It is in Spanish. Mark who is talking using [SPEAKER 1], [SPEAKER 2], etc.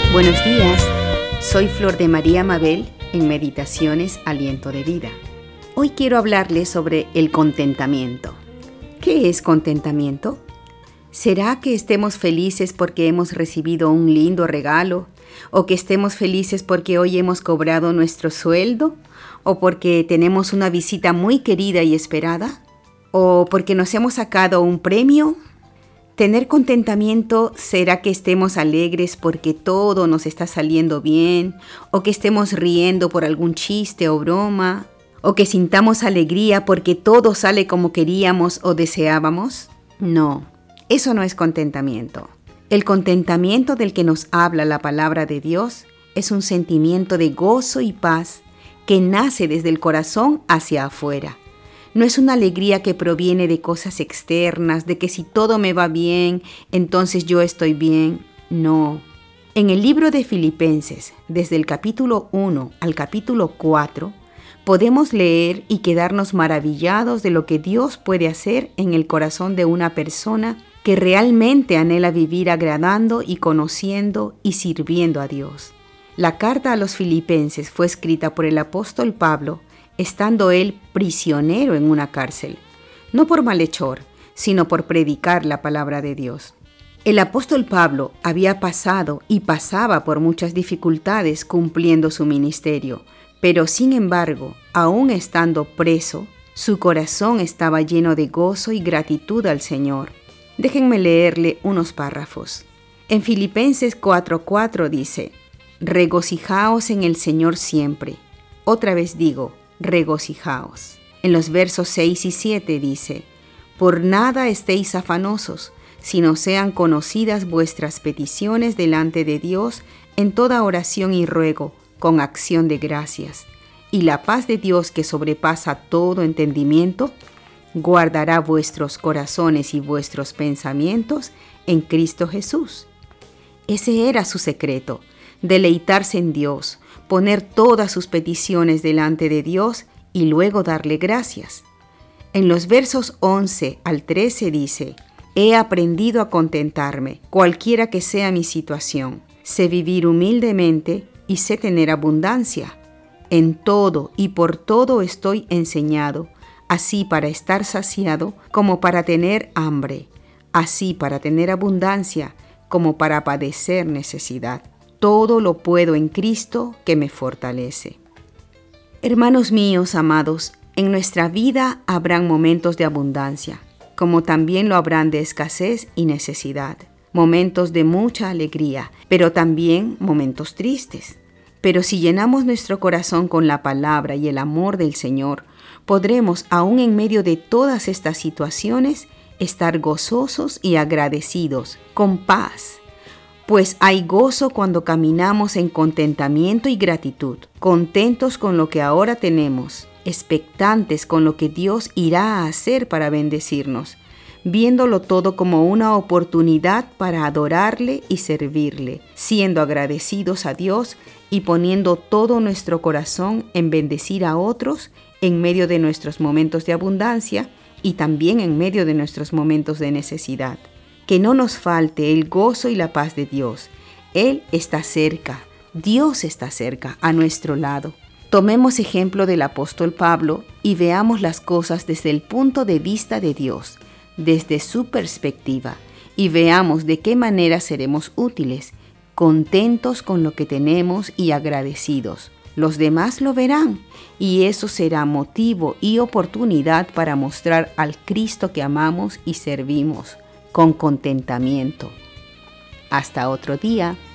[SPEAKER 1] Buenos días, soy Flor de María Mabel en Meditaciones Aliento de Vida. Hoy quiero hablarles sobre el contentamiento. ¿Qué es contentamiento? ¿Será que estemos felices porque hemos recibido un lindo regalo? ¿O que estemos felices porque hoy hemos cobrado nuestro sueldo? ¿O porque tenemos una visita muy querida y esperada? ¿O porque nos hemos sacado un premio? Tener contentamiento será que estemos alegres porque todo nos está saliendo bien, o que estemos riendo por algún chiste o broma, o que sintamos alegría porque todo sale como queríamos o deseábamos. No, eso no es contentamiento. El contentamiento del que nos habla la palabra de Dios es un sentimiento de gozo y paz que nace desde el corazón hacia afuera. No es una alegría que proviene de cosas externas, de que si todo me va bien, entonces yo estoy bien. No. En el libro de Filipenses, desde el capítulo 1 al capítulo 4, podemos leer y quedarnos maravillados de lo que Dios puede hacer en el corazón de una persona que realmente anhela vivir agradando y conociendo y sirviendo a Dios. La carta a los Filipenses fue escrita por el apóstol Pablo, estando él prisionero en una cárcel, no por malhechor, sino por predicar la palabra de Dios. El apóstol Pablo había pasado y pasaba por muchas dificultades cumpliendo su ministerio, pero sin embargo, aún estando preso, su corazón estaba lleno de gozo y gratitud al Señor. Déjenme leerle unos párrafos. En Filipenses 4:4 dice: regocijaos en el Señor siempre. Otra vez digo, regocijaos. En los versos 6 y 7 dice: por nada estéis afanosos, sino sean conocidas vuestras peticiones delante de Dios en toda oración y ruego, con acción de gracias. Y la paz de Dios, que sobrepasa todo entendimiento, guardará vuestros corazones y vuestros pensamientos en Cristo Jesús. Ese era su secreto: deleitarse en Dios, poner todas sus peticiones delante de Dios y luego darle gracias. En los versos 11 al 13 dice: he aprendido a contentarme, cualquiera que sea mi situación. Sé vivir humildemente y sé tener abundancia. En todo y por todo estoy enseñado, así para estar saciado como para tener hambre, así para tener abundancia como para padecer necesidad. Todo lo puedo en Cristo que me fortalece. Hermanos míos amados, en nuestra vida habrán momentos de abundancia, como también lo habrán de escasez y necesidad, momentos de mucha alegría, pero también momentos tristes. Pero si llenamos nuestro corazón con la palabra y el amor del Señor, podremos, aún en medio de todas estas situaciones, estar gozosos y agradecidos, con paz. Pues hay gozo cuando caminamos en contentamiento y gratitud, contentos con lo que ahora tenemos, expectantes con lo que Dios irá a hacer para bendecirnos, viéndolo todo como una oportunidad para adorarle y servirle, siendo agradecidos a Dios y poniendo todo nuestro corazón en bendecir a otros en medio de nuestros momentos de abundancia y también en medio de nuestros momentos de necesidad. Que no nos falte el gozo y la paz de Dios. Él está cerca, Dios está cerca, a nuestro lado. Tomemos ejemplo del apóstol Pablo y veamos las cosas desde el punto de vista de Dios, desde su perspectiva, y veamos de qué manera seremos útiles, contentos con lo que tenemos y agradecidos. Los demás lo verán y eso será motivo y oportunidad para mostrar al Cristo que amamos y servimos con contentamiento. Hasta otro día.